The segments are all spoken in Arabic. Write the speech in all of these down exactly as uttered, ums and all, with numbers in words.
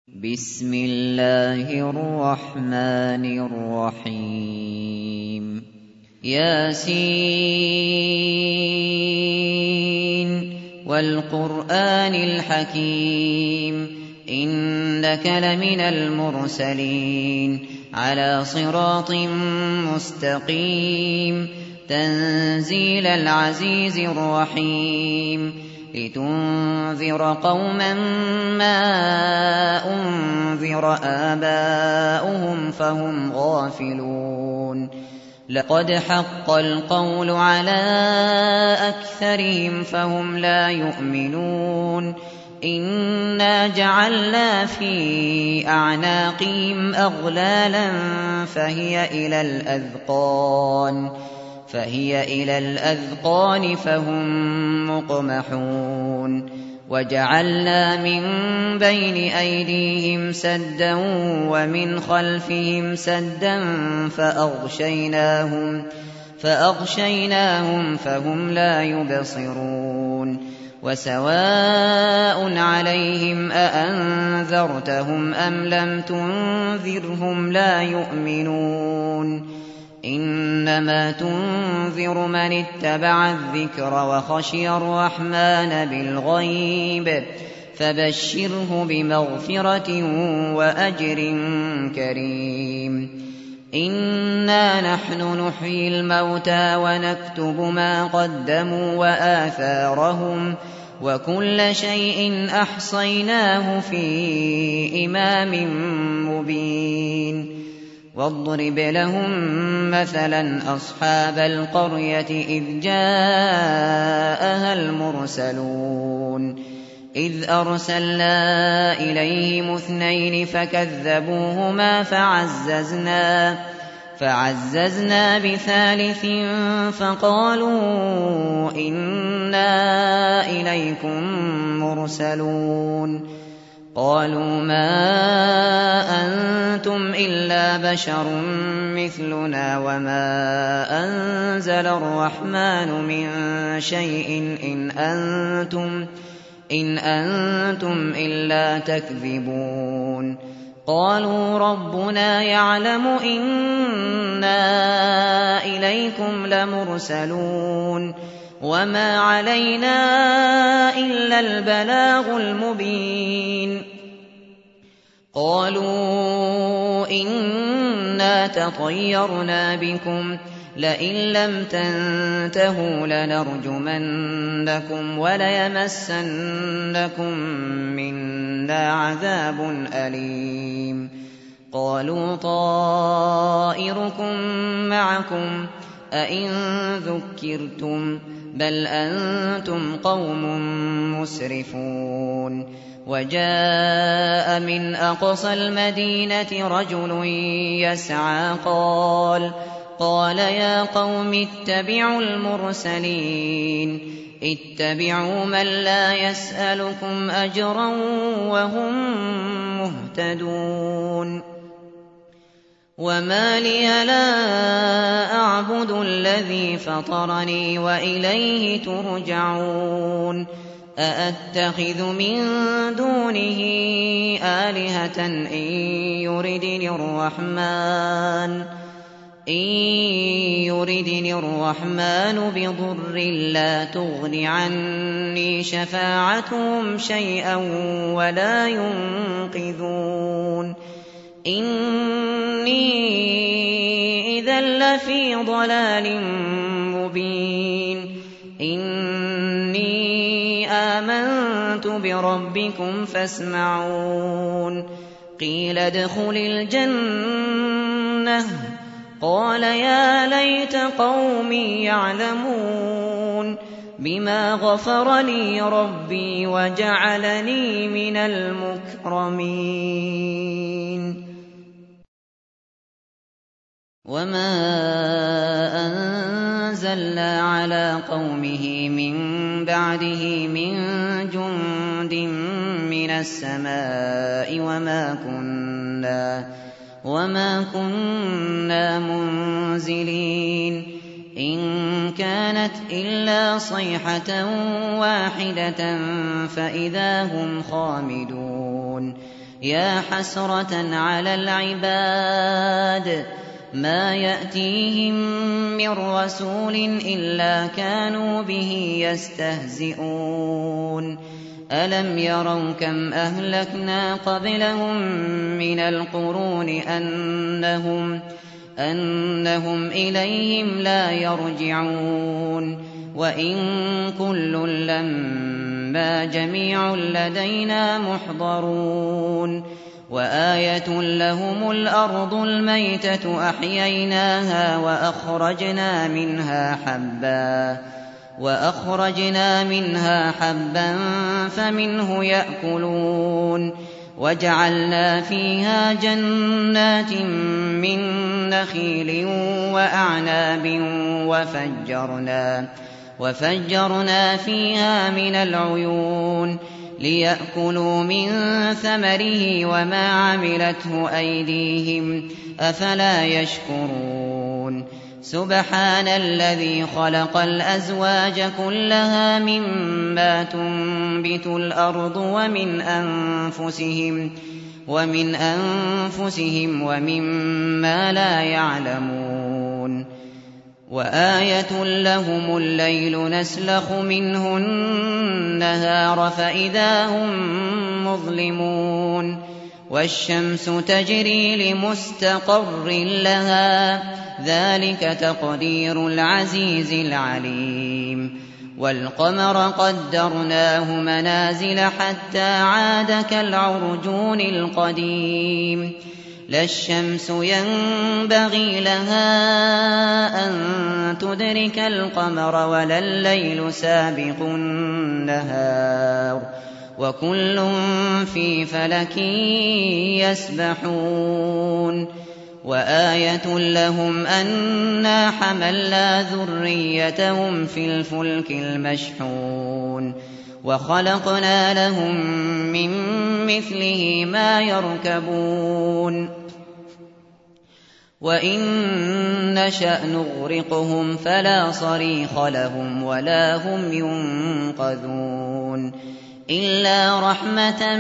بسم الله الرحمن الرحيم ياسين والقرآن الحكيم إنك لمن المرسلين على صراط مستقيم تنزيل العزيز الرحيم لتنذر قوما ما أنذر آباؤهم فهم غافلون لقد حق القول على أكثرهم فهم لا يؤمنون إنا جعلنا في أعناقهم أغلالا فهي إلى الأذقان فهي إلى الأذقان فهم مقمحون وجعلنا من بين أيديهم سدا ومن خلفهم سدا فأغشيناهم فأغشيناهم فهم لا يبصرون وسواء عليهم أأنذرتهم أم لم تنذرهم لا يؤمنون إنما تنذر من اتبع الذكر وخشي الرحمن بالغيب فبشره بمغفرة وأجر كريم إنا نحن نحيي الموتى ونكتب ما قدموا وآثارهم وكل شيء أحصيناه في إمام مبين واضرب لهم مثلا أصحاب القرية إذ جاءها المرسلون إذ أرسلنا إليهم اثنين فكذبوهما فعززنا فعززنا بثالث فقالوا إنا إليكم مرسلون قالوا ما أنتم إلا بشر مثلنا وما أنزل الرحمن من شيء إن أنتم إن أنتم إلا تكذبون قالوا ربنا يعلم إنا إليكم لمرسلون وما علينا إلا البلاغ المبين قالوا إنا تطيرنا بكم لئن لم تنتهوا لنرجمنكم وليمسنكم منا عذاب أليم قالوا طائركم معكم أئن ذكرتم بل أنتم قوم مسرفون وجاء من أقصى المدينة رجل يسعى قال قال يا قوم اتبعوا المرسلين اتبعوا من لا يسألكم أجرا وهم مهتدون وما لي لا أعبد الذي فطرني وإليه ترجعون أأتخذ من دونه آلهة إن يردني الرحمن إن يردني الرحمن بضر لا تغن عني شفاعتهم شيئا ولا ينقذون إني إذا لفي ضلال مبين إني آمنت بربكم فاسمعون قيل ادخل الجنة قال يا ليت قومي يعلمون بما غفر لي ربي وجعلني من المكرمين وما أنزلنا على قومه من بعده من جند من السماء وما كنا وما كنا منزلين إن كانت إلا صيحة واحدة فإذا هم خامدون يا حسرة على العباد ما يأتيهم من رسول إلا كانوا به يستهزئون ألم يروا كم أهلكنا قبلهم من القرون أنهم, أنهم إليهم لا يرجعون وإن كل لما جميع لدينا محضرون وآية لهم الأرض الميتة أحييناها وأخرجنا منها حبا وأخرجنا منها حبا فمنه يأكلون وجعلنا فيها جنات من نخيل وأعناب وفجرنا وفجرنا فيها من العيون ليأكلوا من ثمره وما عملته أيديهم أفلا يشكرون سبحان الذي خلق الأزواج كلها مما تنبت الأرض ومن أنفسهم ومن أنفسهم ومما لا يعلمون وآية لهم الليل نسلخ منه النهار فإذا هم مظلمون والشمس تجري لمستقر لها ذلك تقدير العزيز العليم والقمر قدرناه منازل حتى عاد كالعرجون القديم لا الشمس ينبغي لها أن تدرك القمر ولا الليل سابق النهار وكل في فلك يسبحون وآية لهم أنا حملنا ذريتهم في الفلك المشحون وخلقنا لهم من مثله ما يركبون وإن نشأ نغرقهم فلا صريخ لهم ولا هم ينقذون إلا رحمة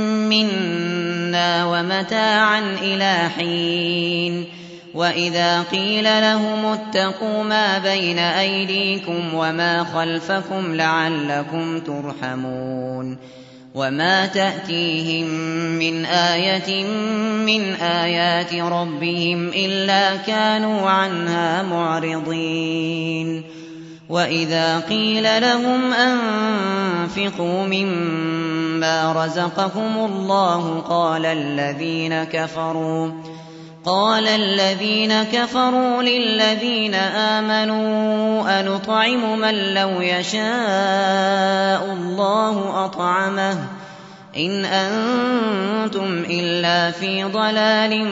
منا ومتاعا إلى حين وإذا قيل لهم اتقوا ما بين أيديكم وما خلفكم لعلكم ترحمون وما تأتيهم من آية من آيات ربهم إلا كانوا عنها معرضين وإذا قيل لهم أنفقوا مما رزقكم الله قال الذين كفروا قال الذين كفروا للذين آمنوا أنطعم من لو يشاء الله أطعمه إن أنتم إلا في ضلال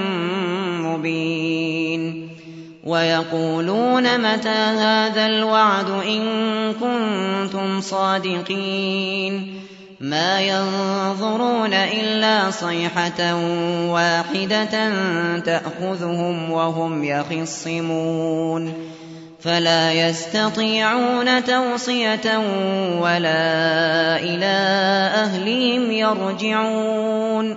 مبين ويقولون متى هذا الوعد إن كنتم صادقين ما ينظرون إلا صيحة واحدة تأخذهم وهم يخصمون فلا يستطيعون توصية ولا إلى أهلهم يرجعون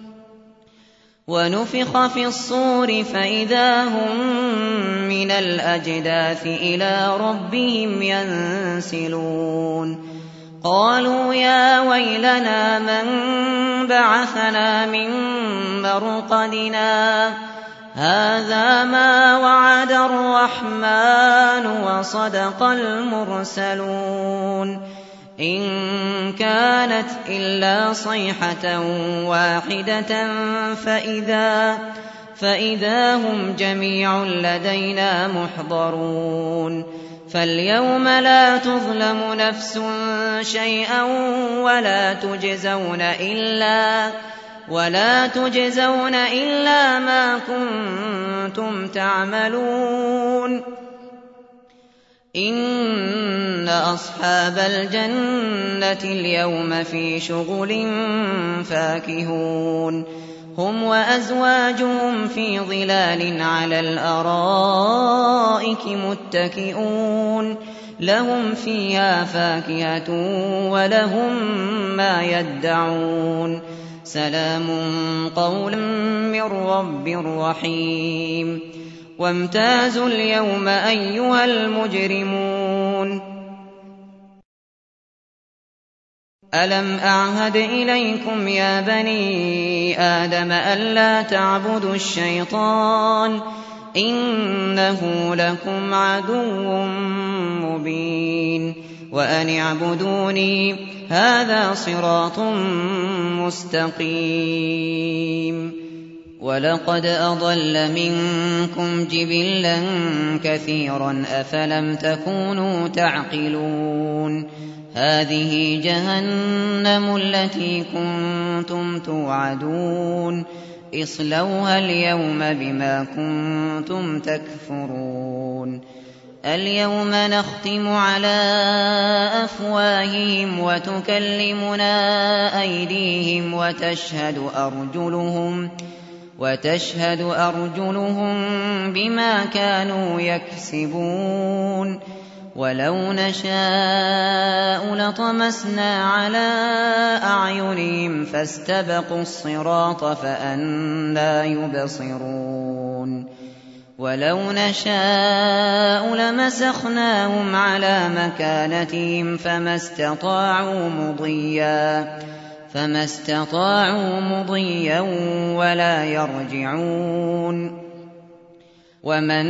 ونفخ في الصور فإذا هم من الأجداث إلى ربهم ينسلون قالوا يا ويلنا من بعثنا من مرقدنا هذا ما وعد الرحمن وصدق المرسلون إن كانت إلا صيحة واحدة فإذا, فإذا هم جميع لدينا محضرون فاليوم لا تظلم نفس شيئا ولا تجزون إلا ولا تجزون إلا ما كنتم تعملون إن أصحاب الجنة اليوم في شغل فاكهون هم وأزواجهم في ظلال على الأرائك متكئون لهم فيها فاكهة ولهم ما يدعون سلام قولا من رب رحيم وامتازوا اليوم أيها المجرمون ألم أعهد إليكم يا بني آدم ألا تعبدوا الشيطان إنه لكم عدو مبين وأن اعبدوني هذا صراط مستقيم ولقد أضل منكم جبلا كثيرا أفلم تكونوا تعقلون هذه جهنم التي كنتم توعدون اصلوها اليوم بما كنتم تكفرون اليوم نختم على أفواههم وتكلمنا أيديهم وتشهد أرجلهم وتشهد أرجلهم بما كانوا يكسبون ولو نشاء لطمسنا على أعينهم فاستبقوا الصراط فأنى يبصرون ولو نشاء لمسخناهم على مكانتهم فما استطاعوا مضيا فما استطاعوا مضيا ولا يرجعون ومن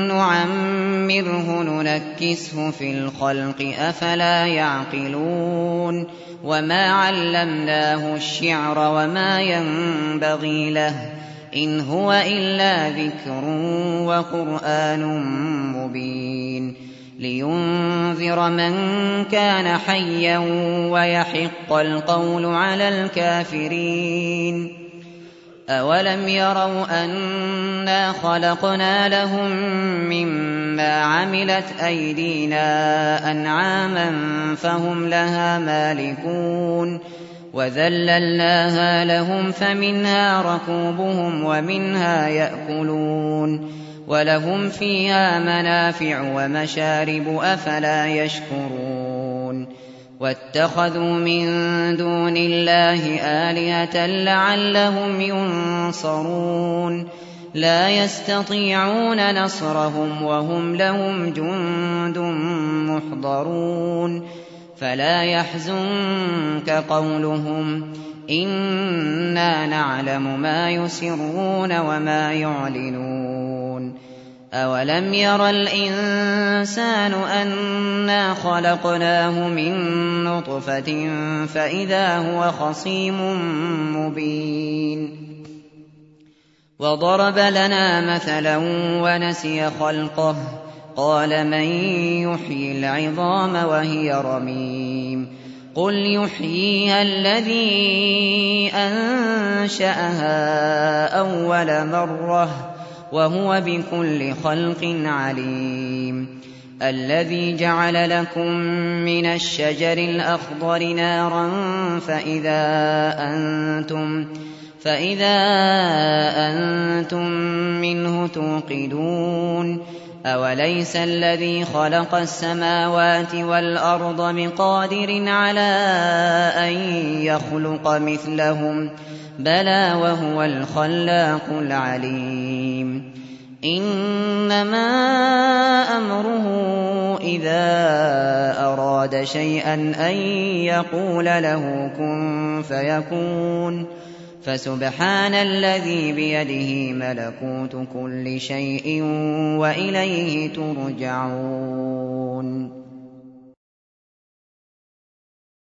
نعمره ننكسه في الخلق أفلا يعقلون وما علمناه الشعر وما ينبغي له إن هو إلا ذكر وقرآن مبين لينذر من كان حيا ويحق القول على الكافرين أولم يروا أنا خلقنا لهم مما عملت أيدينا أنعاما فهم لها مالكون وذللناها لهم فمنها ركوبهم ومنها يأكلون ولهم فيها منافع ومشارب أفلا يشكرون واتخذوا من دون الله آلهة لعلهم ينصرون لا يستطيعون نصرهم وهم لهم جند محضرون فلا يحزنك قولهم إنا نعلم ما يسرون وما يعلنون أولم ير الإنسان أنا خلقناه من نطفة فإذا هو خصيم مبين وضرب لنا مثلا ونسي خلقه قال من يحيي العظام وهي رميم قل يحييها الذي أنشأها أول مرة وهو بكل خلق عليم الذي جعل لكم من الشجر الأخضر نارا فإذا أنتم فإذا أنتم منه توقدون أوليس الذي خلق السماوات والأرض بقادر على أن يخلق مثلهم بلى وهو الخلاق العليم إنما أمره إذا أراد شيئا أن يقول له كن فيكون فسبحان الذي بيده ملكوت كل شيء وإليه ترجعون